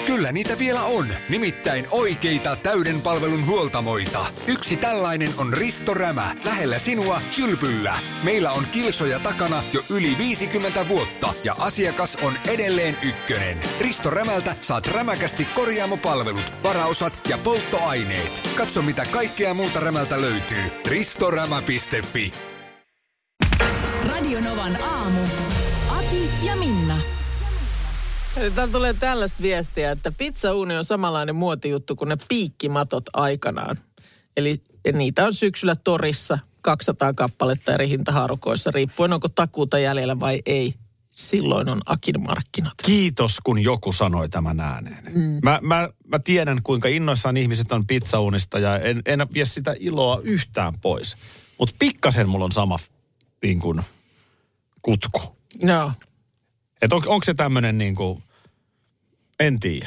Kyllä niitä vielä on. Nimittäin oikeita täyden palvelun huoltamoita. Yksi tällainen on Risto Rämä. Lähellä sinua, Kylpyllä. Meillä on kilsoja takana jo yli 50 vuotta ja asiakas on edelleen ykkönen. Risto Rämältä saat rämäkästi korjaamopalvelut, varaosat ja polttoaineet. Katso mitä kaikkea muuta Rämältä löytyy. ristorämä.fi. Radio Novan aamu. Ati ja Minna. Täällä tulee tällaista viestiä, että pizzauuni on samanlainen muotijuttu kuin ne piikkimatot aikanaan. Eli niitä on syksyllä torissa 200 kappaletta eri hintahaarukoissa, riippuen onko takuuta jäljellä vai ei. Silloin on Akin markkinat. Kiitos, kun joku sanoi tämän ääneen. Mä tiedän, kuinka innoissaan ihmiset on pizzaunista ja en vie sitä iloa yhtään pois. Mutta pikkasen mulla on sama niin kuin kutku. No. Että onko se tämmöinen niin kuin, en tiedä.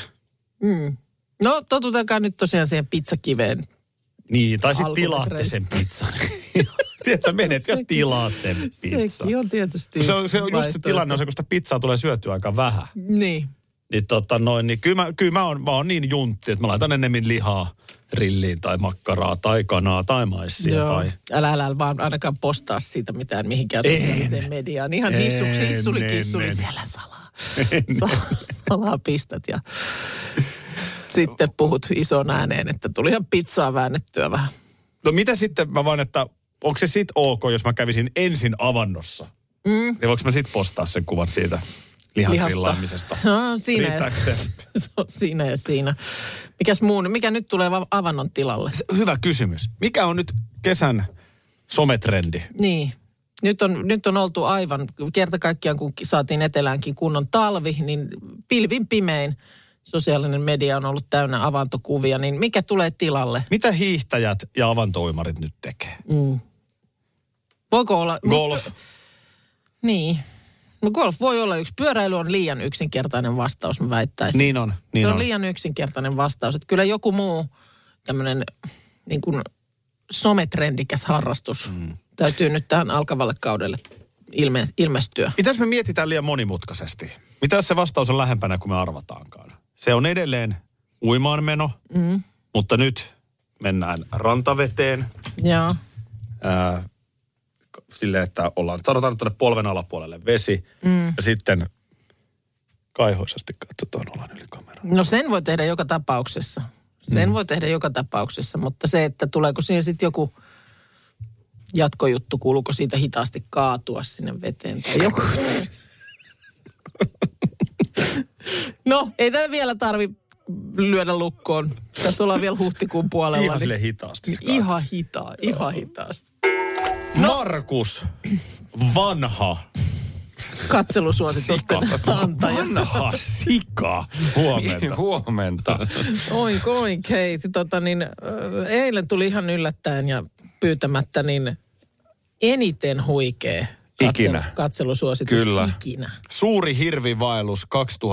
No totutaankaan nyt tosiaan siihen pizzakiveen. Niin, tai sitten tilaatte sen pizzan. Tiedätkö, menet ja tilaat sen pizzan. Sekin on tietysti se on just se tilanne, kun sitä pizzaa tulee syötyä aika vähän. Niin. Niin kyllä mä oon niin juntti, että mä laitan ennemmin lihaa rilliin tai makkaraa tai kanaa tai maissia. Joo. Tai... Älä vaan ainakaan postaa siitä mitään mihinkään sosiaaliseen mediaan. Ihan hissuli siellä salaa pistät ja sitten puhut ison ääneen, että tuli ihan pizzaa väännettyä vähän. No mitä sitten, mä vaan, että onko se sit ok, jos mä kävisin ensin avannossa? Niin voinko mä sit postaa sen kuvan siitä lihan grillaamisesta? No siinä se on siinä ja siinä. Mikä nyt tulee avannon tilalle? Hyvä kysymys. Mikä on nyt kesän sometrendi? Niin. Nyt on oltu aivan, kerta kaikkiaan kun saatiin eteläänkin kunnon talvi, niin pilvin pimein sosiaalinen media on ollut täynnä avantokuvia, niin mikä tulee tilalle? Mitä hiihtäjät ja avantouimarit nyt tekee? Voiko olla... Golf. Niin. No golf voi olla yksi. Pyöräily on liian yksinkertainen vastaus, mä väittäisin. Niin on. Se on liian yksinkertainen vastaus. Että kyllä joku muu tämmöinen niin kuin sometrendikäs harrastus täytyy nyt tähän alkavalle kaudelle ilmestyä. Mitäs me mietitään liian monimutkaisesti? Mitä se vastaus on lähempänä kuin me arvataankaan? Se on edelleen uimaanmeno, mutta nyt mennään rantaveteen. Joo. Silleen, että sanotaan tuonne polven alapuolelle vesi ja sitten kaihoisasti katsotaan olan yli kameran. No sen voi tehdä joka tapauksessa. Voi tehdä joka tapauksessa, mutta se, että tuleeko siihen sitten joku jatkojuttu, kuuluuko siitä hitaasti kaatua sinne veteen tai joku. No, ei tätä vielä lyödä lukkoon. Tässä ollaan vielä huhtikuun puolella. Ihan sille hitaasti. Ihan hitaasti. Markus, vanha katselusuositusten antaja. Vanha sika. Huomenta. Oikein. Eilen tuli ihan yllättäen ja pyytämättä niin eniten huikea katselusuositus ikinä. Suuri hirvivaellus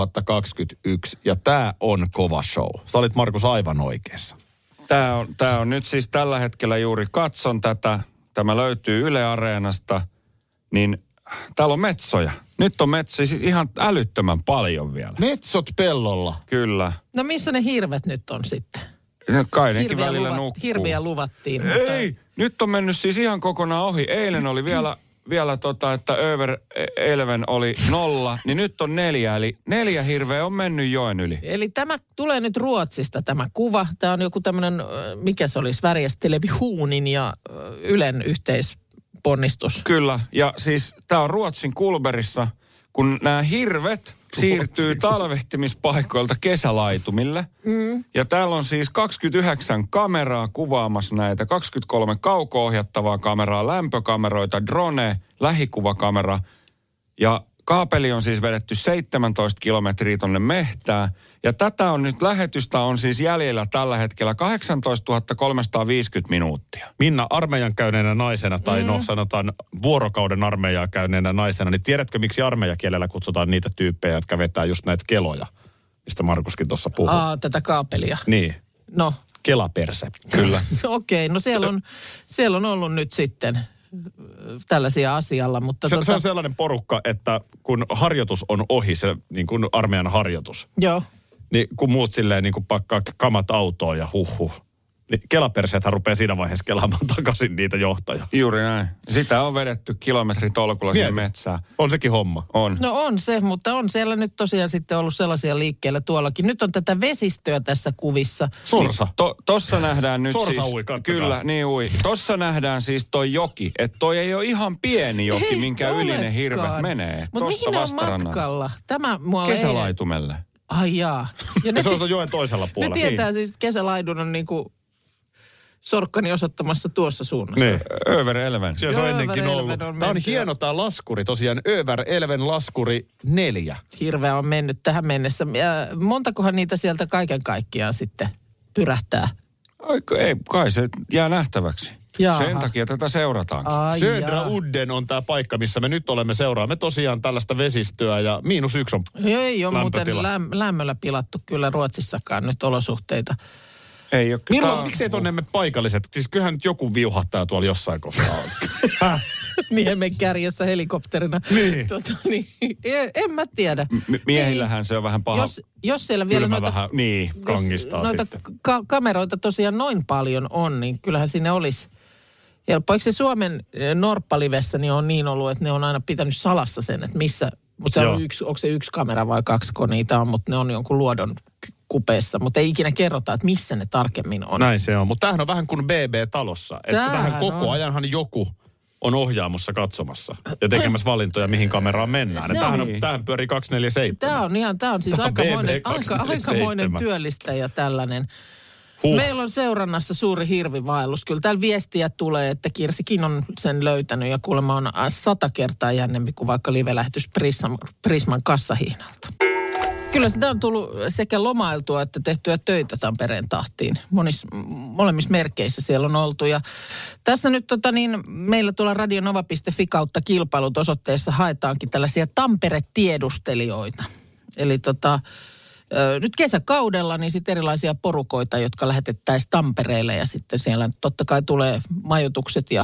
2021 ja tää on kova show. Sä olit, Markus, aivan oikeassa. Tää on nyt siis tällä hetkellä juuri katson tätä. Tämä löytyy Yle Areenasta, niin täällä on metsoja. Nyt on metsoja siis ihan älyttömän paljon vielä. Metsot pellolla. Kyllä. No missä ne hirvet nyt on sitten? Kai nekin välillä nukkuu. Hirviä luvattiin. Ei, nyt on mennyt siis ihan kokonaan ohi. Eilen oli vielä että Över Elven oli 0, niin nyt on 4. Eli 4 hirveä on mennyt joen yli. Eli tämä tulee nyt Ruotsista tämä kuva. Tämä on joku tämmöinen, mikä se olisi, Sveriges Televisionin ja Ylen yhteisponnistus. Kyllä, ja siis tämä on Ruotsin Kulberissa, kun nämä hirvet siirtyy talvehtimispaikoilta kesälaitumille. Ja täällä on siis 29 kameraa kuvaamassa näitä, 23 kauko-ohjattavaa kameraa, lämpökameroita, drone, lähikuvakamera. Ja kaapeli on siis vedetty 17 kilometriä tonne mehtään. Ja tätä on nyt, lähetystä on siis jäljellä tällä hetkellä 18 350 minuuttia. Minna, armeijan käyneenä naisena, tai sanotaan vuorokauden armeijaa käyneenä naisena, niin tiedätkö, miksi armeijakielellä kutsutaan niitä tyyppejä, jotka vetää just näitä keloja, mistä Markuskin tuossa puhui? Tätä kaapelia. Niin. No. Kelaperse. Kyllä. Okei, no siellä on ollut nyt sitten tällaisia asialla, mutta se on sellainen porukka, että kun harjoitus on ohi, se niin kuin armeijan harjoitus. Joo. niin kun muut silleen niin kuin pakkaa kamat autoon ja huh. Niin kelaperseethän rupeaa siinä vaiheessa kelaamaan takaisin niitä johtajia. Juuri näin. Sitä on vedetty kilometritolkulla sinne metsään. On sekin homma. On. No on se, mutta on siellä nyt tosiaan sitten ollut sellaisia liikkeellä tuollakin. Nyt on tätä vesistöä tässä kuvissa. Sorsa. Tossa nähdään nyt Sorsa siis... ui, kattokaa. Kyllä, niin ui. Tossa nähdään siis toi joki. Että toi ei ole ihan pieni joki, minkä yli ne hirvet menee. Mutta mihin ne on matkalla? Tämä mua kesälaitumelle. Ai jaa. Ja se on joen toisella puolella. Ne tietää siis, että kesälaidun on niinku Sorkkani osoittamassa tuossa suunnassa. Niin. Överelven. Siellä se on ennenkin ollut. Tämä on hieno tämä laskuri, tosiaan Överelven laskuri 4. Hirveä on mennyt tähän mennessä. Montakohan niitä sieltä kaiken kaikkiaan sitten pyrähtää? Ei, kai se jää nähtäväksi. Jaha. Sen takia tätä seurataankin. Södra Udden on tämä paikka, missä me nyt olemme seuraamme tosiaan tällaista vesistöä ja -1 on ei ole muuten lämmöllä pilattu kyllä Ruotsissakaan nyt olosuhteita. Ei ole. Miksi ei tonne me paikalliset? Siis kyllähän nyt joku viuhahtaa tuolla jossain kohtaa. Niemen kärjessä helikopterina. Niin. En mä tiedä. Miehillähän se on vähän paha. Jos siellä vielä noita, vähän kangistaa noita sitten. Kameroita tosiaan noin paljon on, niin kyllähän sinne olisi helppo. Eikö se Suomen Norppalivessä niin on niin ollut, että ne on aina pitänyt salassa sen, että missä, mutta se on onko se 1 kamera vai 2, kun niitä on, mutta ne on jonkun luodon kupeessa, mutta ei ikinä kerrota, että missä ne tarkemmin on. Näin se on, mutta tämähän on vähän kuin BB-talossa, että tähän koko ajanhan joku on ohjaamossa katsomassa ja tekemässä valintoja, mihin kameraan mennään. Tämähän pyörii 247. Tämä on siis aikamoinen työllistäjä tällainen. Meillä on seurannassa suuri hirvivaellus. Kyllä täällä viestiä tulee, että Kirsikin on sen löytänyt ja kuulemma on 100 kertaa jännempi kuin vaikka live-lähetys Prisman kassahihnalta. Kyllä sitä on tullut sekä lomailtua että tehtyä töitä Tampereen tahtiin. Molemmissa merkeissä siellä on oltu. Ja tässä nyt meillä tuolla radionova.fi kautta kilpailut osoitteessa haetaankin tällaisia Tampere-tiedustelijoita. Eli nyt kesäkaudella niin sitten erilaisia porukoita, jotka lähetettäisiin Tampereelle ja sitten siellä totta kai tulee majoitukset ja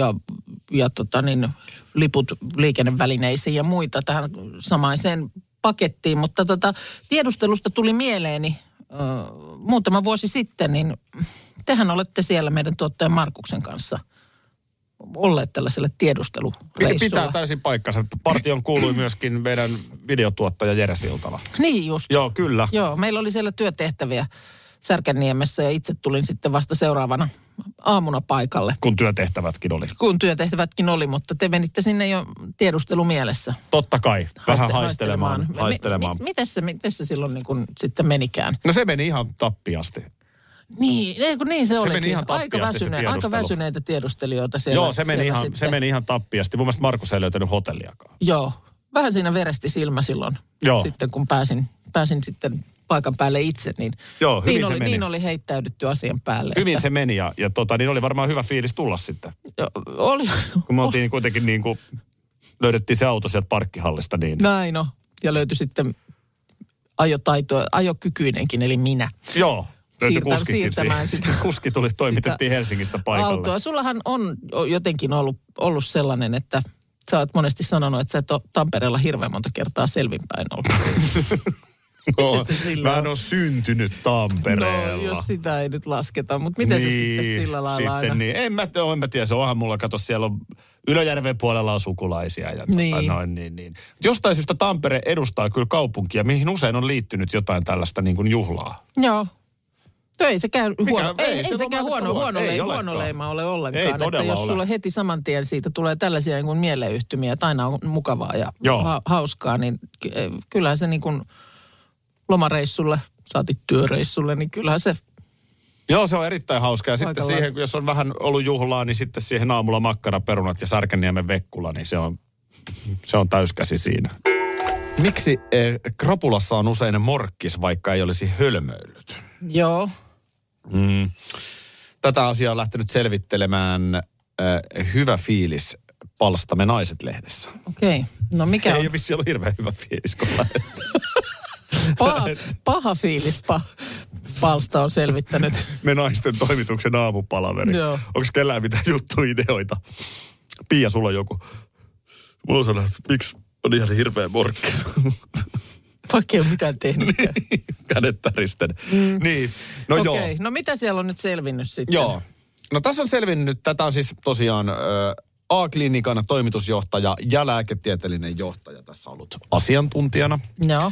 liput liikennevälineisiin ja muita tähän samaiseen pakettiin, mutta tiedustelusta tuli mieleeni muutama vuosi sitten, niin tehän olette siellä meidän tuottajan Markuksen kanssa olleet tällaiselle tiedustelureissulla. Pitää täysin paikkansa. Partion kuului myöskin meidän videotuottaja Jere Siltala. Niin just. Joo, kyllä. Joo, meillä oli siellä työtehtäviä Särkänniemessä ja itse tulin sitten vasta seuraavana aamuna paikalle. Kun työtehtävätkin oli, mutta te menitte sinne jo tiedustelumielessä. Totta kai, vähän haistelemaan. Miten se silloin niin kun sitten menikään? No se meni ihan tappiasti. Niin se oli. Meni ihan tappiasti aika väsyneitä tiedustelijoita siellä. Joo, se meni ihan tappiasti. Mun mielestä Markus ei löytänyt hotelliakaan. Joo, vähän siinä veresti silmä silloin. Joo. Sitten kun pääsin sitten paikan päälle itse, niin, joo, niin oli heittäydytty asian päälle. Hyvin se meni ja niin oli varmaan hyvä fiilis tulla sitten. Joo, oli. Kun me oltiin kuitenkin niin kuin, löydettiin se auto sieltä parkkihallista niin. Näin on. Ja löytyi sitten ajokykyinenkin, eli minä. Joo. Siirtämään sitä. Kuski toimitettiin Helsingistä paikalle. Autoa. Sullahan on jotenkin ollut sellainen, että sä oot monesti sanonut, että sä et ole Tampereella hirveän monta kertaa selvinpäin ollut. No, mä en ole syntynyt Tampereella. No, jos sitä ei nyt lasketa, mutta miten se sitten sillä lailla sitten aina? Niin, en mä tiedä, se onhan mulla, kato, siellä on Ylöjärven puolella on sukulaisia. Ja niin. Jostain syystä Tampere edustaa kyllä kaupunkia, mihin usein on liittynyt jotain tällaista niin kuin juhlaa. Joo. Ei sekään huono leima ole ollenkaan. Ei todella että jos sulle heti saman tien siitä tulee tällaisia niin kuin mieleyhtymiä, että aina on mukavaa ja hauskaa, niin kyllähän se niin kuin lomareissulle, saatit työreissulle, niin kyllähän se... Joo, se on erittäin hauskaa. Ja sitten siihen, jos on vähän ollut juhlaa, niin sitten siihen aamulla makkaraperunat ja Särkänniemen vekkula, niin se on täyskäsi siinä. Miksi krapulassa on usein morkkis, vaikka ei olisi hölmöillyt? Joo. Tätä asiaa on lähtenyt selvittelemään Hyvä fiilis palstamme Naiset-lehdessä. Okei. No mikä on? Ei ole vissiin ollut hirveän hyvä fiilis, kun paha fiilis palsta on selvittänyt. Me naisten toimituksen aamupalaveri. Joo. Onko kellään mitään juttuideoita? Pia, sulla on joku. Mulla on sanonut, että miksi on ihan hirveä morkki. Vaikka ei ole mitään tehnytkään. Kädet täristen. Niin, no joo. Okei, no mitä siellä on nyt selvinnyt sitten? Joo. No tässä on selvinnyt, tätä on siis tosiaan A-klinikan toimitusjohtaja ja lääketieteellinen johtaja tässä ollut asiantuntijana. Joo.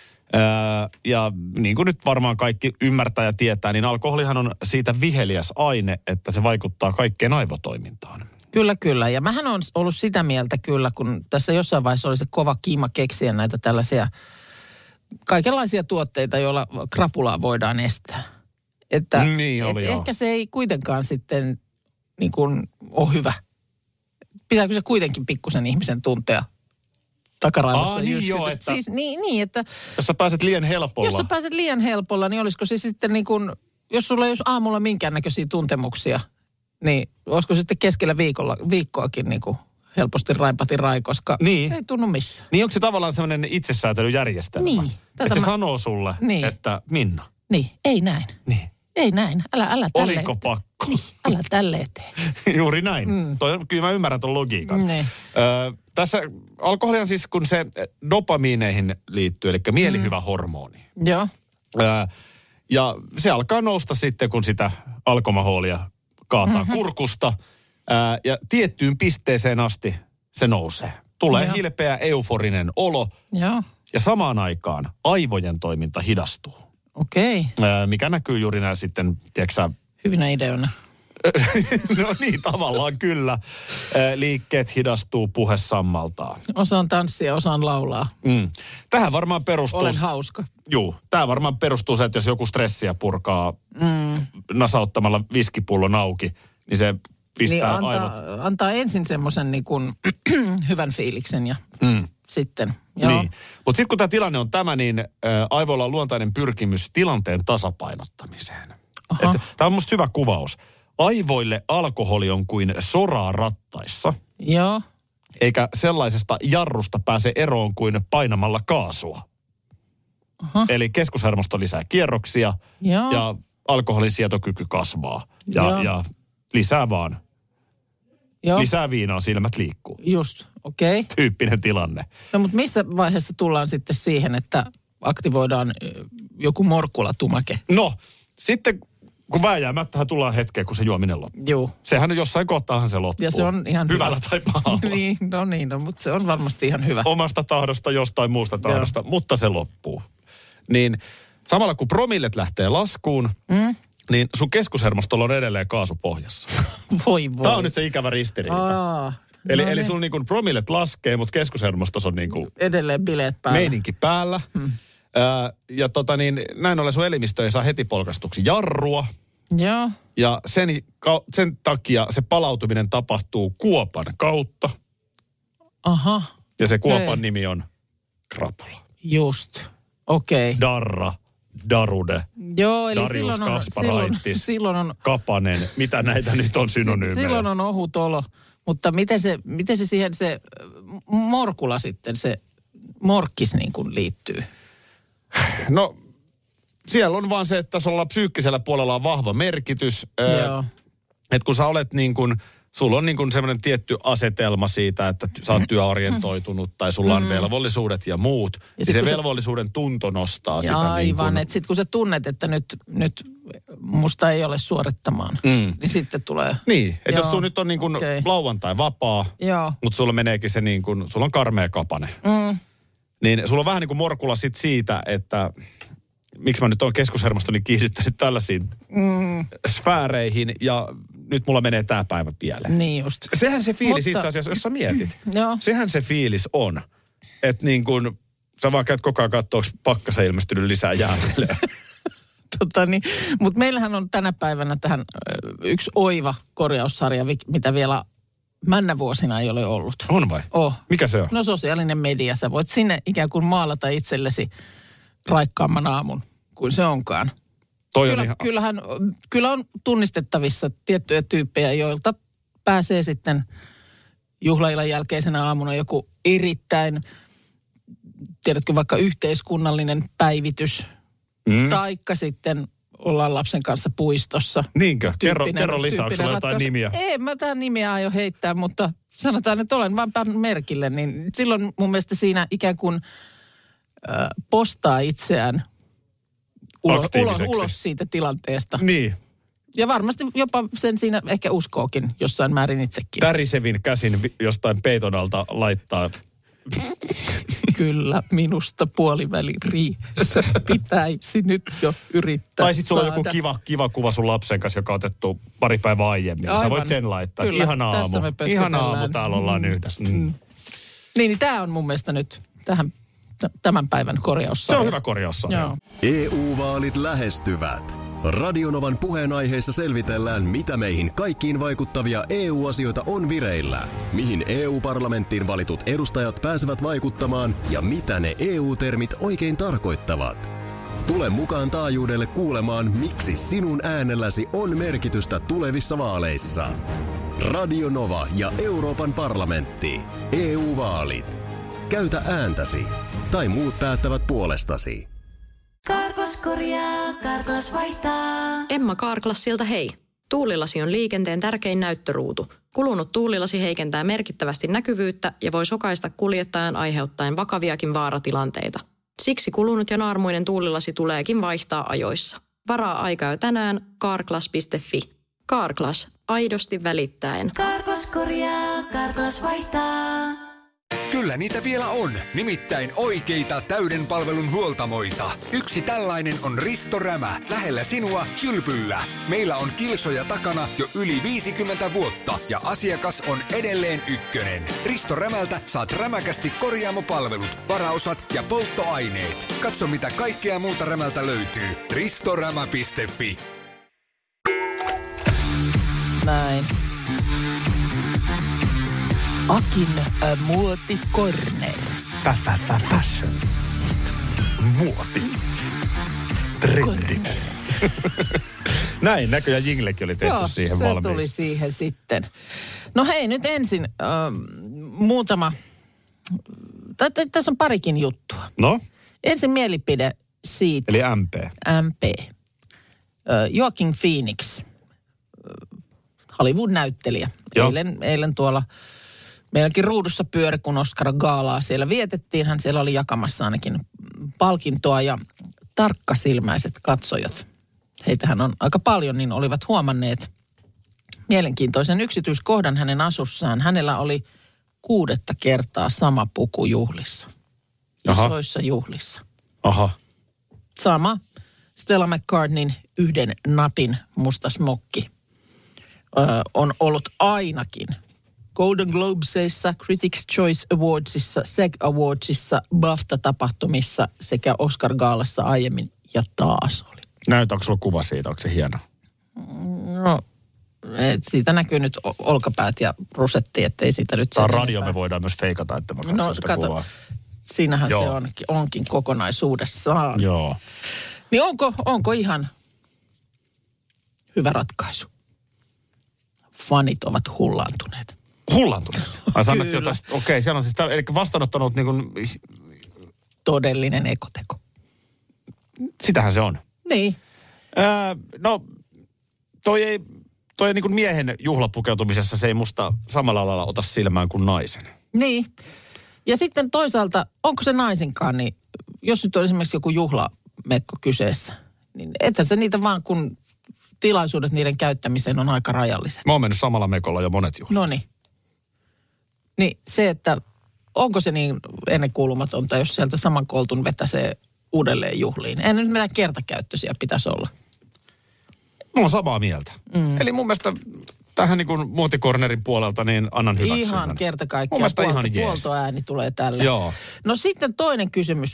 Ja niin kuin nyt varmaan kaikki ymmärtää ja tietää, niin alkoholihan on siitä viheliäs aine, että se vaikuttaa kaikkeen aivotoimintaan. Kyllä. Ja mähän on ollut sitä mieltä kyllä, kun tässä jossain vaiheessa oli se kova kiima keksiä näitä tällaisia kaikenlaisia tuotteita, joilla krapulaa voidaan estää. Että niin oli, ehkä se ei kuitenkaan sitten niin kuin ole hyvä. Pitääkö se kuitenkin pikkusen ihmisen tuntea takaraivossa? Niin joo, että... Siis, niin, että... Jos sä pääset liian helpolla. Jos sä pääset liian helpolla, niin olisiko se sitten niin kuin... Jos sulla ei olisi aamulla minkäännäköisiä tuntemuksia, niin olisiko sitten keskellä viikkoakin niin kuin helposti raipati rai, koska ei tunnu missään. Niin onko se tavallaan sellainen itsesäätelyjärjestelmä? Niin. Että se sanoo sulle, että Minna. Niin, ei näin. Niin. Ei näin, älä tälleen. Oliko pakko? Niin, älä tälleen tee. Juuri näin. Kyllä mä ymmärrän ton logiikan. Niin. Tässä alkoholi on siis, kun se dopamiineihin liittyy, eli mielihyvä hormoni. Joo. Ja se alkaa nousta sitten, kun sitä alkoholia kaataa kurkusta. Ja tiettyyn pisteeseen asti se nousee. Tulee hilpeä, euforinen olo. Joo. Ja samaan aikaan aivojen toiminta hidastuu. Okei. Mikä näkyy juuri näin sitten, tiedätkö hyvinä ideoina. No niin, tavallaan kyllä. Liikkeet hidastuu, puhe sammaltaa. Osaan tanssia, osaan laulaa. Tähän varmaan perustuu... Olen hauska. Juu, tämä varmaan perustuu se, että jos joku stressiä purkaa nasauttamalla viskipullon auki, niin se pistää aivot... Antaa ensin semmoisen niin kuin hyvän fiiliksen ja sitten... Joo. Niin. Mutta sitten kun tämä tilanne on tämä, niin aivoilla on luontainen pyrkimys tilanteen tasapainottamiseen. Tämä on musta hyvä kuvaus. Aivoille alkoholi on kuin soraa rattaissa. Joo. Eikä sellaisesta jarrusta pääse eroon kuin painamalla kaasua. Aha. Eli keskushermosto lisää kierroksia ja alkoholin sietokyky kasvaa. Ja lisää vaan. Joo. Lisää viinaa, silmät liikkuu. Just, okei. Tyyppinen tilanne. No mutta missä vaiheessa tullaan sitten siihen, että aktivoidaan joku morkkulatumake? No, sitten kun vääjäämättähän tullaan hetkeen, kun se juominen loppuu. Joo. Sehän jossain kohtaahan se loppuu. Ja se on ihan hyvällä hyvä. tai pahalla. niin, mutta se on varmasti ihan hyvä. Omasta tahdosta, jostain muusta tahdosta, mutta se loppuu. Niin samalla kun promillet lähtee laskuun, niin sun keskushermostolla on edelleen kaasu pohjassa. Voi. Tämä on nyt se ikävä ristiriita. Eli sun niin kuin promillet laskee, mutta keskushermostos on niin kuin edelleen bileet päällä. Meininki päällä. Ja näin ollen sun elimistö ei saa heti polkastuksi jarrua. Joo. Ja sen takia se palautuminen tapahtuu kuopan kautta. Aha. Ja se kuopan nimi on krapula. Just. Okei. Darra, darude, joo, eli Darius Kasparaitis, silloin on kapanen. Mitä näitä nyt on synonyymejä? Silloin on ohut olo. Mutta miten se siihen se morkula sitten, se morkkis niin kuin liittyy? No, siellä on vaan se, että sulla psyykkisellä puolella on vahva merkitys. Joo. Että kun sä olet niin kuin, sulla on niin kuin semmoinen tietty asetelma siitä, että sä oot työorientoitunut tai sulla on velvollisuudet ja muut. Ja niin se velvollisuuden tunto nostaa sitä. Aivan, niin kuin... että sitten kun sä tunnet, että nyt musta ei ole suorittamaan, niin sitten tulee... Niin, että jos sulla nyt on niin kuin lauantai vapaa, mutta sulla meneekin se niin kuin, sulla on karmea kapane. Niin sulla on vähän niin kuin morkula sit siitä, että miksi mä nyt oon keskushermostoni kiihdyttänyt tällaisiin sfääreihin ja nyt mulla menee tää päivä pieleen. Niin just. Sehän se fiilis itse asiassa, jos sä mietit. Sehän se fiilis on, että niin kuin sä vaan käyt koko ajan katsoa, onko pakkasen ilmestynyt lisää jäätelöä. Mutta meillähän on tänä päivänä tähän yksi oiva korjaussarja, mitä vielä männävuosina ei ole ollut. On vai? Mikä se on? No sosiaalinen media. Sä voit sinne ikään kuin maalata itsellesi raikkaamman aamun kuin se onkaan. Kyllä on tunnistettavissa tiettyjä tyyppejä, joilta pääsee sitten juhlaillan jälkeisenä aamuna joku erittäin, tiedätkö, vaikka yhteiskunnallinen päivitys. Taikka sitten ollaan lapsen kanssa puistossa. Niinkö? Kerro lisää, onko sulla jotain nimiä? Ei, mä tämän nimiä aio heittää, mutta sanotaan, että olen vaan pannut merkille. Niin silloin mun mielestä siinä ikään kuin postaa itseään ulos siitä tilanteesta. Niin. Ja varmasti jopa sen siinä ehkä uskookin jossain määrin itsekin. Tärisevin käsin jostain peiton alta laittaa. Kyllä, minusta puoliväli riihessä pitäisi nyt jo yrittää Tai sitten sulla on saada. joku kiva kuva sun lapsen kanssa, joka on otettu pari päivää aiemmin. Aivan. Sä voit sen laittaa. Kyllä, ihana aamu. Ihana aamu, täällä ollaan yhdessä. Niin tämä on mun mielestä nyt tämän päivän korjaus. Se on hyvä korjaus. Joo. EU-vaalit lähestyvät. Radionovan puheenaiheessa selvitellään, mitä meihin kaikkiin vaikuttavia EU-asioita on vireillä, mihin EU-parlamenttiin valitut edustajat pääsevät vaikuttamaan ja mitä ne EU-termit oikein tarkoittavat. Tule mukaan taajuudelle kuulemaan, miksi sinun äänelläsi on merkitystä tulevissa vaaleissa. Radio Nova ja Euroopan parlamentti. EU-vaalit. Käytä ääntäsi. Tai muut päättävät puolestasi. Carglass korjaa, Carglass vaihtaa. Emma Carglassilta hei. Tuulilasi on liikenteen tärkein näyttöruutu. Kulunut tuulilasi heikentää merkittävästi näkyvyyttä ja voi sokaista kuljettajan aiheuttaen vakaviakin vaaratilanteita. Siksi kulunut ja naarmuinen tuulilasi tuleekin vaihtaa ajoissa. Varaa aikaa jo tänään carglass.fi. Carglass, aidosti välittäen. Carglass korjaa, Carglass vaihtaa. Kyllä niitä vielä on, nimittäin oikeita täyden palvelun huoltamoita. Yksi tällainen on Risto Rämä, lähellä sinua, Kylpyllä. Meillä on kilsoja takana jo yli 50 vuotta ja asiakas on edelleen ykkönen. Risto Rämältä saat rämäkästi korjaamopalvelut, varaosat ja polttoaineet. Katso mitä kaikkea muuta Rämältä löytyy. ristorämä.fi. Näin. Akin muotikorner. Fashion. Muoti. Trendit. Näin näköjään jinglekin oli tehty siihen valmiiksi. Joo, se tuli siihen sitten. No hei, nyt ensin muutama. Tässä on parikin juttua. No? Ensin mielipide siitä. Eli MP. MP. Joaquin Phoenix. Hollywood-näyttelijä. Eilen tuolla meilläkin ruudussa pyöri, kun Oscar-gaalaa siellä vietettiin. Hän siellä oli jakamassa ainakin palkintoa ja tarkkasilmäiset katsojat. Heitähän on aika paljon, niin olivat huomanneet mielenkiintoisen yksityiskohdan hänen asussaan. Hänellä oli 6. kertaa sama puku juhlissa. Isoissa juhlissa. Aha. Sama Stella McCartneyn 1 napin musta smokki on ollut ainakin Golden Globesissa, Critics' Choice Awardsissa, SAG Awardsissa, BAFTA-tapahtumissa sekä Oscar-gaalassa aiemmin ja taas oli. Näytä, sulla kuva siitä? Onko se hieno? No, siitä näkyy nyt olkapäät ja rosetti, ettei siitä nyt... Tämä radio me voidaan myös feikata, että mä katson sitä kuvaa. Siinähän se onkin kokonaisuudessaan. Joo. Niin onko ihan hyvä ratkaisu? Fanit ovat hullaantuneet. Hullaantuneet? Ai sanot jotain, okei, siellä on siis, eli vastaanottanut niin kuin... Todellinen ekoteko. Sitähän se on. Niin. No, toi ei niin kuin miehen juhlapukeutumisessa se ei musta samalla lailla ota silmään kuin naisen. Niin. Ja sitten toisaalta, onko se naisenkaan, niin jos nyt on esimerkiksi joku juhlamekko kyseessä, niin ethän se niitä vaan, kun tilaisuudet niiden käyttämiseen on aika rajalliset. Mä oon mennyt samalla mekolla jo monet juhlat. Noniin. Niin se, että onko se niin ennenkuulumatonta, jos sieltä saman koltun vetäsee uudelleen juhliin. Ei nyt mitään kertakäyttöisiä pitäisi olla. Mä oon samaa mieltä. Eli mun mielestä tähän niin kuin muotikornerin puolelta niin annan hyväksynnän. Ihan kerta kaikkiaan. Puoltoääni tulee tälle. Joo. No sitten toinen kysymys.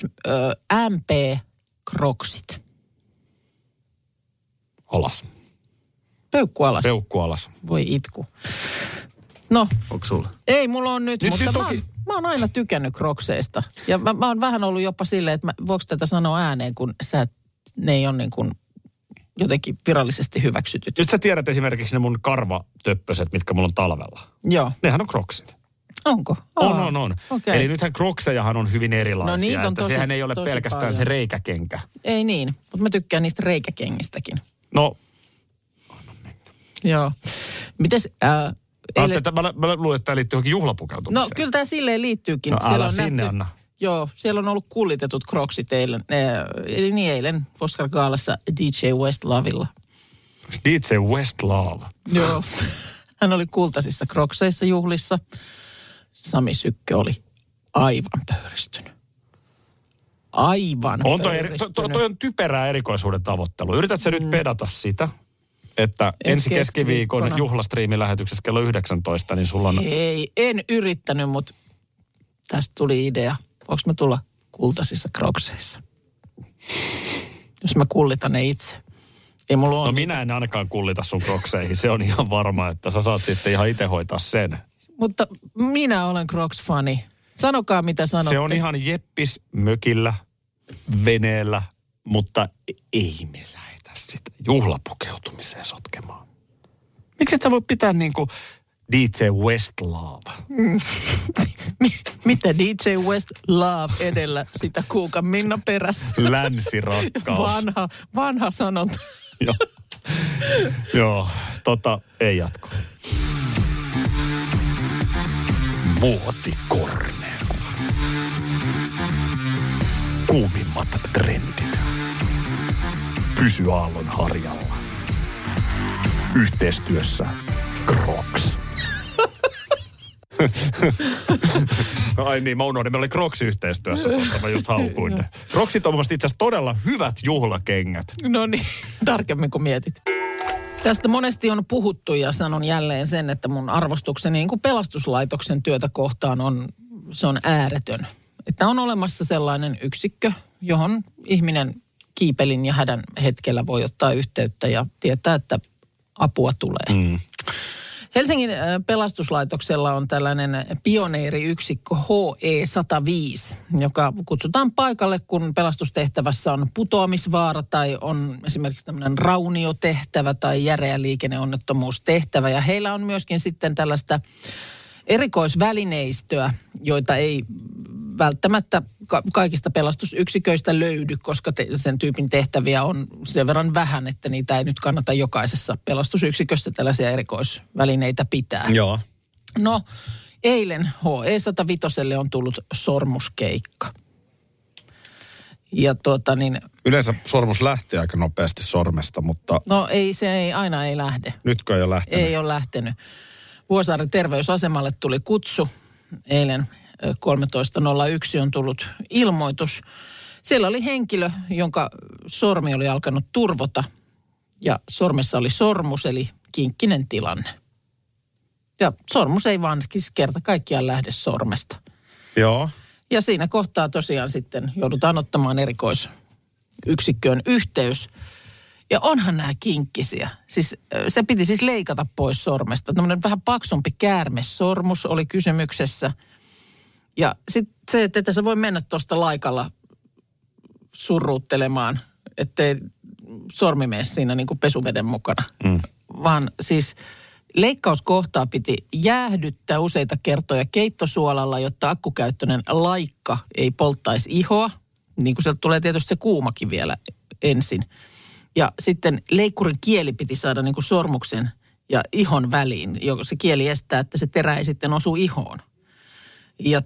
MP-kroksit. Alas. Peukku alas. Peukku alas. Voi itku. No. Onko sulla? Ei mulla on nyt mutta mä oon aina tykännyt krokseista. Ja mä oon vähän ollut jopa silleen, että voiko tätä sanoa ääneen, kun ne ei ole niin kuin jotenkin virallisesti hyväksytyt. Nyt sä tiedät esimerkiksi ne mun karvatöppöset, mitkä mulla on talvella. Joo. Nehän on kroksit. Onko? On. Okay. Eli nythän kroksejahan on hyvin erilaisia. No niitä on että sehän ei ole pelkästään paljon se reikäkenkä. Ei niin, mutta mä tykkään niistä reikäkengistäkin. No. Joo. Mites... Mä luulen, että tämä liittyy johonkin juhlapukeutumiseen. No kyllä tämä silleen liittyykin. No siellä älä on sinne nähty, anna. Joo, siellä on ollut kullitetut kroksit eilen, eilen Oscar Gaalassa DJ Westlovella. DJ Westlove. Joo, hän oli kultaisissa krokseissa juhlissa. Sami Sykkö oli aivan pöyristynyt. Aivan pöyristynyt. Toi on typerää erikoisuuden tavoittelu. Yrität sä nyt pedata sitä, että ensi keskiviikon juhlastriimilähetyksessä kello 19, niin sulla on... Ei, en yrittänyt, mutta tästä tuli idea. Voinko mä tulla kultaisissa krokseissa? Jos mä kullitan ne itse. Ei mulla No minä en ainakaan kullita sun krokseihin. Se on ihan varma, että sä saat sitten ihan itse hoitaa sen. Mutta minä olen Crocs-fani. Sanokaa mitä sanotte. Se on ihan jeppis mökillä, veneellä, mutta ei me lähetä sitä juhlapukeutumiseen sotkemaan. Miksi et sä voi pitää niinku DJ Westlove? Mitä DJ Westlove edellä sitä Kuukan Minna perässä? Länsirakkaus. Vanha sanonta. Joo, ei jatko. Muotikorner. Kuumimmat trendit. Pysy aallon harjalla. Yhteistyössä Crocs. Ai niin, mä unohdin. Me oli Crocs-yhteistyössä, mutta mä just haukuin ne. Crocsit on itse asiassa todella hyvät juhlakengät. No niin, tarkemmin kun mietit. Tästä monesti on puhuttu ja sanon jälleen sen, että mun arvostukseni niin kuin pelastuslaitoksen työtä kohtaan se on ääretön. Että on olemassa sellainen yksikkö, johon ihminen kiipelin ja hädän hetkellä voi ottaa yhteyttä ja tietää, että apua tulee. Helsingin pelastuslaitoksella on tällainen pioneeriyksikkö HE105, joka kutsutaan paikalle, kun pelastustehtävässä on putoamisvaara tai on esimerkiksi tämmöinen rauniotehtävä tai järeä liikenneonnettomuustehtävä. Ja heillä on myöskin sitten tällaista erikoisvälineistöä, joita ei välttämättä kaikista pelastusyksiköistä löydy, koska sen tyypin tehtäviä on sen verran vähän, että niitä ei nyt kannata jokaisessa pelastusyksikössä tällaisia erikoisvälineitä pitää. Joo. No, eilen HE105 on tullut sormuskeikka. Ja Yleensä sormus lähtee aika nopeasti sormesta, mutta... No se ei aina ei lähde. Nytkö ei ole lähtenyt? Ei ole lähtenyt. Vuosaaren terveysasemalle tuli kutsu. Eilen 13.01 on tullut ilmoitus. Siellä oli henkilö, jonka sormi oli alkanut turvota. Ja sormessa oli sormus, eli kinkkinen tilanne. Ja sormus ei vaan kerta kaikkiaan lähde sormesta. Joo. Ja siinä kohtaa tosiaan sitten joudutaan ottamaan erikoisyksikköön yhteys. Ja onhan nämä kinkkisiä. Siis se piti siis leikata pois sormesta. Tämmöinen vähän paksumpi käärmesormus oli kysymyksessä. Ja sitten se, että sä voi mennä tuosta laikalla surruuttelemaan, ettei sormi mene siinä niin kuin pesuveden mukana. Vaan siis leikkauskohtaa piti jäähdyttää useita kertoja keittosuolalla, jotta akkukäyttöinen laikka ei polttaisi ihoa. Niin kuin sieltä tulee tietysti se kuumakin vielä ensin. Ja sitten leikkurin kieli piti saada niin kuin sormuksen ja ihon väliin. Se kieli estää, että se terä ei sitten osu ihoon. Ja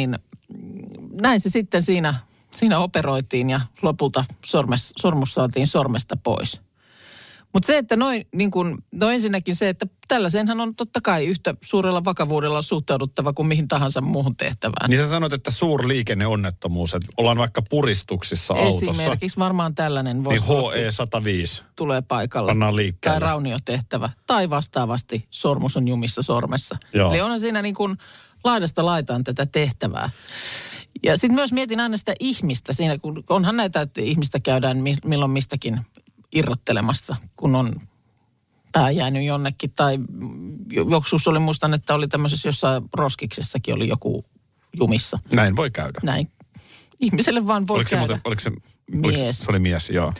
näin se sitten siinä operoitiin ja lopulta sormus saatiin sormesta pois. Mutta se, että ensinnäkin se, että tällaisenhän on totta kai yhtä suurella vakavuudella suhtauduttava kuin mihin tahansa muuhun tehtävään. Niin sä sanoit, että suurliikenneonnettomuus, että ollaan vaikka puristuksissa autossa. Esimerkiksi varmaan tällainen voisi niin HE105 tulee paikalle. Pannaan liikkeelle. Tai rauniotehtävä. Tai vastaavasti sormus on jumissa sormessa. Joo. Eli onhan siinä niin kuin laidasta laitaan tätä tehtävää. Ja sitten myös mietin aina sitä ihmistä siinä, kun onhan näitä, että ihmistä käydään milloin mistäkin irrottelemassa, kun on pää jäänyt jonnekin. Tai joskus oli, muistan, että oli tämmöisessä jossain roskiksessakin oli joku jumissa. Näin voi käydä. Näin. Ihmiselle vaan voi käydä. Se oli mies, joo.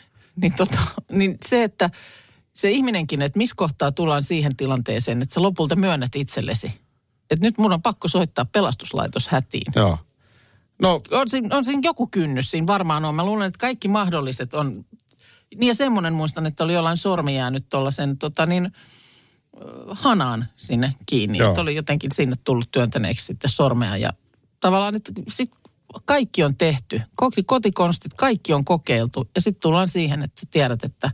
Niin se, että se ihminenkin, että missä kohtaa tullaan siihen tilanteeseen, että sä lopulta myönnät itsellesi. Että nyt mun on pakko soittaa pelastuslaitos hätiin. Joo. No, on siinä joku kynnys, siinä varmaan on. Mä luulen, että kaikki mahdolliset on. Niin ja semmoinen muistan, että oli jollain sormi jäänyt tuollaisen hanaan sinne kiinni. Että oli jotenkin sinne tullut työntäneeksi sitten sormea. Ja tavallaan, että sit kaikki on tehty. Kotikonstit, kaikki on kokeiltu. Ja sitten tullaan siihen, että sä tiedät, että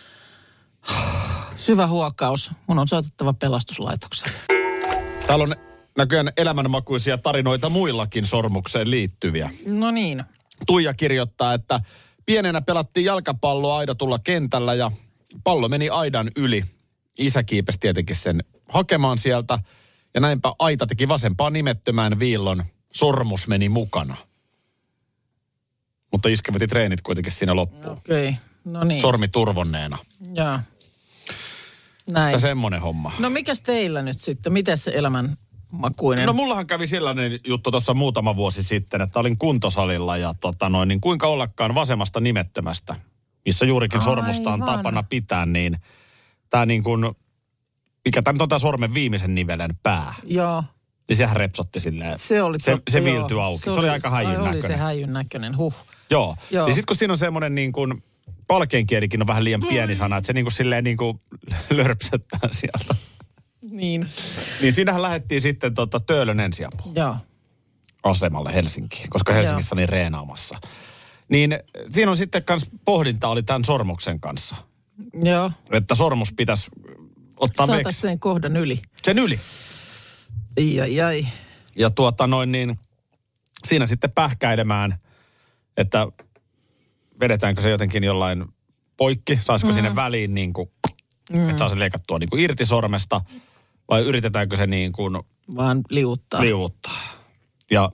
syvä huokaus. Mun on soitettava pelastuslaitokselle. Täällä on näköjään elämänmakuisia tarinoita muillakin sormukseen liittyviä. No niin. Tuija kirjoittaa, että pienenä pelattiin jalkapalloa aidatulla kentällä ja pallo meni aidan yli. Isä kiipesi tietenkin sen hakemaan sieltä ja näinpä aita teki vasempaan nimettömään viillon. Sormus meni mukana. Mutta iskä veti treenit kuitenkin siinä loppuun. Okei, no niin. Sormi turvonneena. Joo. Näin. Että semmoinen homma. No mikäs teillä nyt sitten? Miten se elämänmakuinen? No mullahan kävi sellainen juttu tuossa muutama vuosi sitten, että olin kuntosalilla ja niin kuinka ollakaan vasemmasta nimettömästä, missä juurikin sormusta on tapana pitää, niin tämä niin kuin, mikä tämä nyt on tämä sormen viimeisen nivelen pää. Joo. Niin sehän repsotti silleen. Se oli se viiltyi auki. Se oli aika häijyn näköinen. Oli se häijyn näköinen, Joo. Ja sitten kun siinä on semmoinen niin kuin, palkeenkielikin on vähän liian pieni sana, että se niin kuin silleen niin kuin lörpsöttää sieltä. Niin. Niin siinähän lähdettiin sitten Töölön ensiapuun. Joo. Asemalle Helsinkiin, koska Helsingissä oli reenaamassa. Niin siinä on sitten kans pohdinta oli tämän sormuksen kanssa. Joo. Että sormus pitäisi ottaa veksi. Saataisiin sen kohdan yli. Sen yli. Ai. Ja niin siinä sitten pähkäilemään, että vedetäänkö se jotenkin jollain poikki, saisiko sinne väliin niin kuin, että saa se leikattua niin kuin irti sormesta, vai yritetäänkö se niin kuin vaan liuuttaa. Ja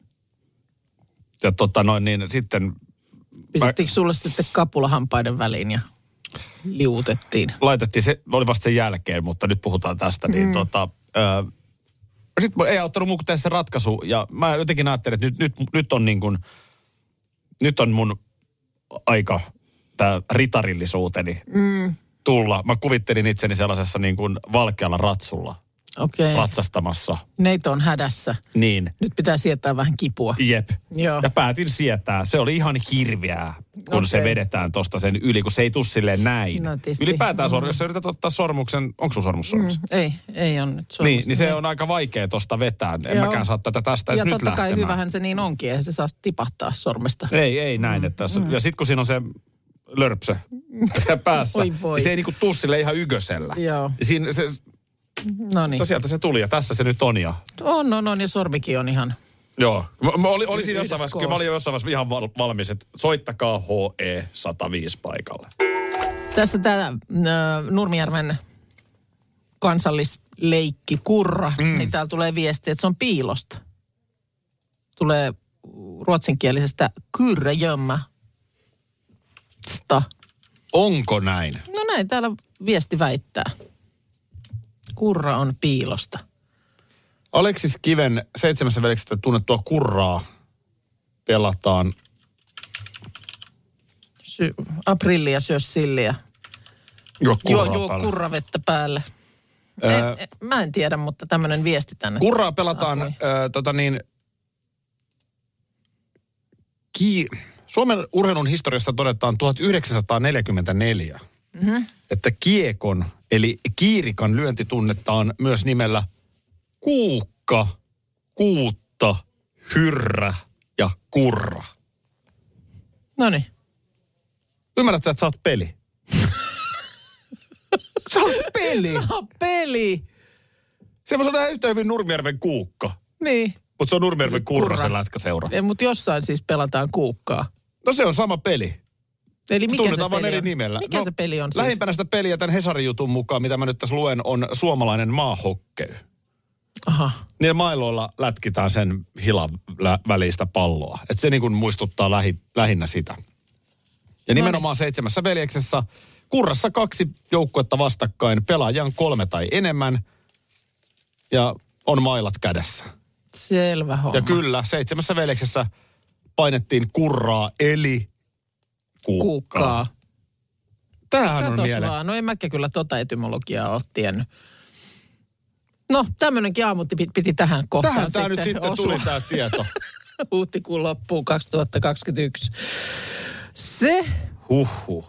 niin sitten pistettiinkö sulle sitten kapulahampaiden väliin ja liuutettiin? Laitettiin, se oli vasta sen jälkeen, mutta nyt puhutaan tästä, niin sitten ei auttanut mun tehdä se ratkaisu, ja mä jotenkin ajattelin, että nyt on mun aika tää ritarillisuuteni tulla. Mä kuvittelin itseni sellaisessa niin kuin valkealla ratsulla ratsastamassa. Neito on hädässä. Niin. Nyt pitää sietää vähän kipua. Jep. Joo. Ja päätin sietää. Se oli ihan hirveää, kun se vedetään tosta sen yli, kun se ei tule silleen näin. No, ylipäätään jos sä yrität ottaa sormuksen, onko sun sormus sormassa? Ei on nyt sormus. Niin se on aika vaikea tosta vetää. En mäkään saa tätä tästä edes nyt lähtemään. Ja totta kai hyvähän se niin onkin, eihän se saa tipahtaa sormesta. Ei näin. Että ja sit kun siinä on se lörpsö siellä päässä, niin se ei niinku tuu sille ihan ygösellä. Joo. Siinä se... Noniin. Sieltä se tuli ja tässä se nyt on ja... On ja sormikin on ihan... Joo. Mä olin siinä jossain vaiheessa, mä olin jossain vaiheessa ihan valmis, että soittakaa HE 105 paikalle. Tässä tämä Nurmijärven kansallisleikki Kurra, niin täällä tulee viesti, että se on piilosta. Tulee ruotsinkielisestä kyrrejömmä. Onko näin? No näin, täällä viesti väittää. Kurra on piilosta. Aleksis Kiven 7 veljeksestä tunnettua Kurraa pelataan. Aprillia syö silliä. Juo kurravettä päälle. Mä en tiedä, mutta tämmöinen viesti tänne. Kurraa pelataan Suomen urheilun historiassa todetaan 1944, että kiekon eli kiirikan lyönti tunnetaan myös nimellä kuukka, kuutta, hyrrä ja kurra. Noniin. Ymmärrätkö, että sä oot peli? Sä oot peli. Peli. Se voisi olla yhtä hyvin Nurmijärven kuukka. Niin. Mutta se on Nurmijärven kurra se lätkäseura. Mutta jossain siis pelataan kuukkaa. No se on sama peli. Eli mikä tunnetaan se peli eri on? nimellä. Mikä se peli on siis? Lähimpänä sitä peliä tämän Hesarin jutun mukaan, mitä mä nyt tässä luen, on suomalainen maahokkey. Aha. Niillä mailoilla lätkitään sen hilan välistä palloa. Että se niin kuin muistuttaa lähinnä sitä. Ja nimenomaan 7 veljeksessä Kurrassa 2 joukkuetta vastakkain, pelaajia on 3 tai enemmän ja on mailat kädessä. Selvä homma. Ja kyllä, 7 veljeksessä painettiin kurraa eli kuukkaa. Tämähän on mieleen. Vaan. No en mäkään kyllä etymologiaa ole tiennyt. No, tämmöinenkin aamutti piti tähän kohtaan tähän tämä nyt sitten tuli tämä tieto. Huhtikuun loppuun 2021. Se... Huhhuh.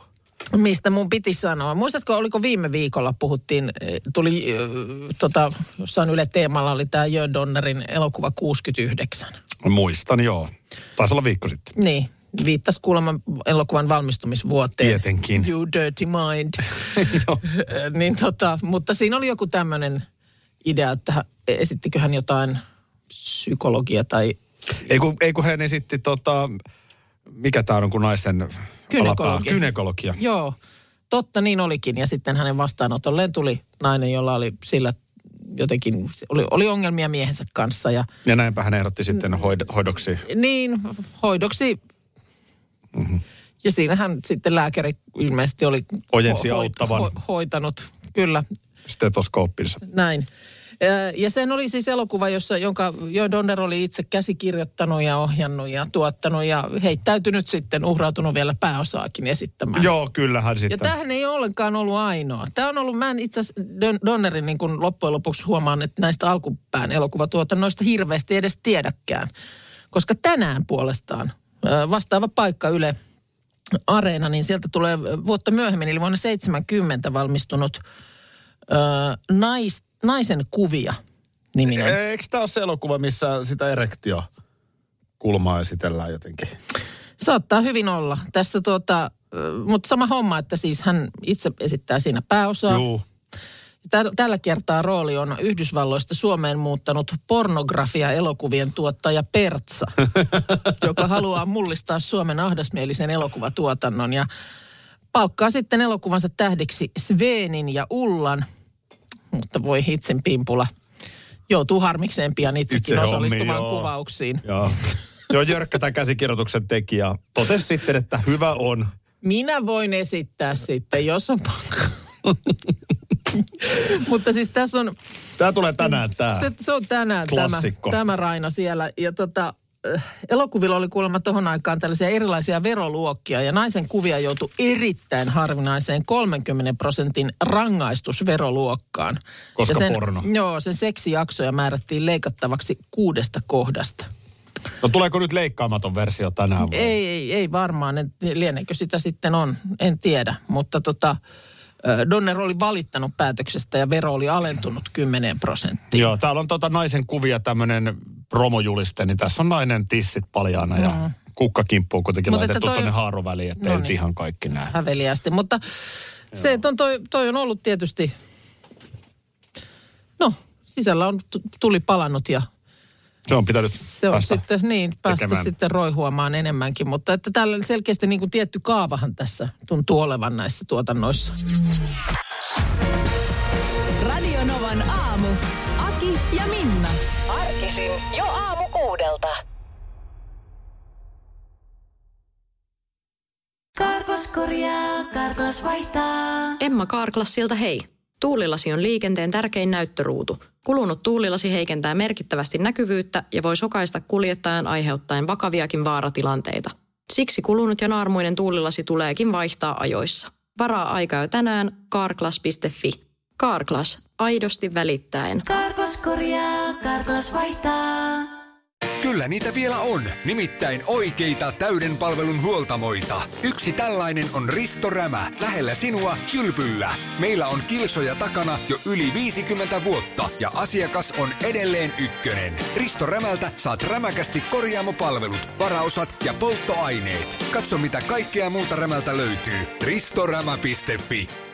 mistä mun piti sanoa. Muistatko, oliko viime viikolla puhuttiin, tuli jossain Yle Teemalla oli tämä Jörn Donnerin elokuva 69. Muistan, joo. Taisi olla viikko sitten. Niin, viittasi kuulemma elokuvan valmistumisvuoteen. Tietenkin. You dirty mind. Niin mutta siinä oli joku tämmöinen idea, että esittikö hän jotain psykologia tai... Ei kun hän esitti mikä tämä on, kun naisten gynekologia. Joo, totta niin olikin. Ja sitten hänen vastaanotolleen tuli nainen, jolla oli sillä jotenkin, oli ongelmia miehensä kanssa. Ja näinpä hän ehdotti sitten hoidoksi. Niin, hoidoksi. Mm-hmm. Ja siinähän sitten lääkäri ilmeisesti oli ojensi auttavan. Hoitanut, kyllä. Stetoskooppinsa. Näin. Ja sen oli siis elokuva, jonka Jörn Donner oli itse käsikirjoittanut ja ohjannut ja tuottanut ja heittäytynyt sitten, uhrautunut vielä pääosaakin esittämään. Joo, kyllähän sitten. Ja tämähän ei ollenkaan ollut ainoa. Tämä on ollut, mä en itse asiassa Donnerin niin kuin loppujen lopuksi huomaan, että näistä alkupään elokuvatuotannoista hirveästi edes tiedäkään. Koska tänään puolestaan vastaava paikka Yle Areena, niin sieltä tulee vuotta myöhemmin, eli vuonna 1970 valmistunut Naisen kuvia -niminen. Eikö tämä ole se elokuva, missä sitä erektiokulmaa esitellään jotenkin? Saattaa hyvin olla. Tässä mutta sama homma, että siis hän itse esittää siinä pääosaa. Juu. Tällä kertaa rooli on Yhdysvalloista Suomeen muuttanut pornografia-elokuvien tuottaja Pertsa, joka haluaa mullistaa Suomen ahdasmielisen elokuvatuotannon ja palkkaa sitten elokuvansa tähdiksi Svenin ja Ullan, mutta voi hitsin pimpula. Joutuu harmikseen pian itsekin osallistumaan kuvauksiin. Joo, Jörkkä tämän käsikirjoituksen tekijä totesi sitten, että hyvä on. Minä voin esittää sitten, jos on pakko. Mutta siis tässä on... Tämä tulee tänään Se on tänään klassikko. Tämä Raina siellä. Ja elokuvilla oli kuulemma tohon aikaan tällaisia erilaisia veroluokkia ja naisen kuvia joutui erittäin harvinaiseen 30% rangaistusveroluokkaan. Koska porno. Joo, sen seksijaksoja määrättiin leikattavaksi 6 kohdasta. No tuleeko nyt leikkaamaton versio tänään? Vai? Ei varmaan. Lieneekö sitä sitten on? En tiedä, mutta Donner oli valittanut päätöksestä ja vero oli alentunut 10%. Joo, täällä on naisen kuvia tämmöinen promojuliste, niin tässä on nainen tissit paljaana ja kukkakimppu on kuitenkin laitettu tuonne haaroväliin, ettei nyt ihan kaikki näe. Häveliästi, mutta se, että toi on ollut tietysti, sisällä on tuli palannut ja se on pitänyt päästä sitten roihuamaan enemmänkin, mutta että täällä selkeästi niin kuin tietty kaavahan tässä tuntuu olevan näissä tuotannoissa. Radio Novan aamu. Aki ja Minna. Arkisin jo aamu 6:00. Karklas korjaa, Karklas vaihtaa. Emma Carglassilta hei. Tuulilasi on liikenteen tärkein näyttöruutu. Kulunut tuulilasi heikentää merkittävästi näkyvyyttä ja voi sokaista kuljettajan aiheuttaen vakaviakin vaaratilanteita. Siksi kulunut ja naarmuinen tuulilasi tuleekin vaihtaa ajoissa. Varaa aikaa jo tänään carglass.fi. Carglass, aidosti välittäen. Karklas korjaa, Karklas vaihtaa. Kyllä niitä vielä on, nimittäin oikeita täyden palvelun huoltamoita. Yksi tällainen on Risto Rämä, lähellä sinua, Kylpyllä. Meillä on kilsoja takana jo yli 50 vuotta ja asiakas on edelleen ykkönen. Risto Rämältä saat rämäkästi korjaamopalvelut, varaosat ja polttoaineet. Katso mitä kaikkea muuta Rämältä löytyy. ristorämä.fi.